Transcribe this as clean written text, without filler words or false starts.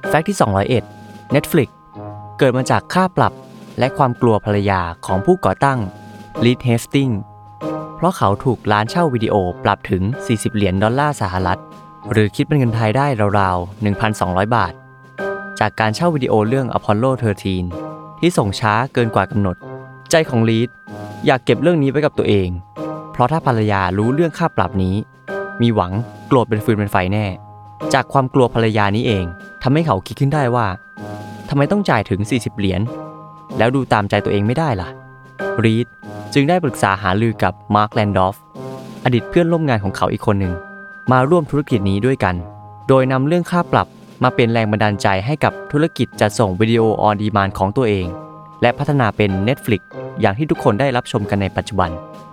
แฟกต์ที่201 Netflix เกิดมาจากค่าปรับและความกลัวภรรยาของผู้ก่อตั้งรีด เฮสติงส์เพราะเขาถูกร้านเช่าวิดีโอปรับถึง$40 หรือคิดเป็นเงินไทยได้ราวๆ 1,200 บาทจากการเช่าวิดีโอเรื่อง Apollo 13 ที่ส่งช้าเกินกว่ากำหนดใจของรีดอยากเก็บเรื่องนี้ไว้กับตัวเองเพราะถ้าภรรยารู้เรื่องค่าปรับนี้มีหวังโกรธเป็นฟืนเป็นไฟแน่จากความกลัวภรรยานี้เองทำให้เขาคิดขึ้นได้ว่าทำไมต้องจ่ายถึง$40แล้วดูตามใจตัวเองไม่ได้ล่ะรีดจึงได้ปรึกษาหารือกับมาร์ค แลนดอล์ฟอดีตเพื่อนร่วมงานของเขาอีกคนหนึ่งมาร่วมธุรกิจนี้ด้วยกันโดยนำเรื่องค่าปรับมาเป็นแรงบันดาลใจให้กับธุรกิจจัดส่งวิดีโอออนดีมานด์ของตัวเองและพัฒนาเป็น Netflix อย่างที่ทุกคนได้รับชมกันในปัจจุบัน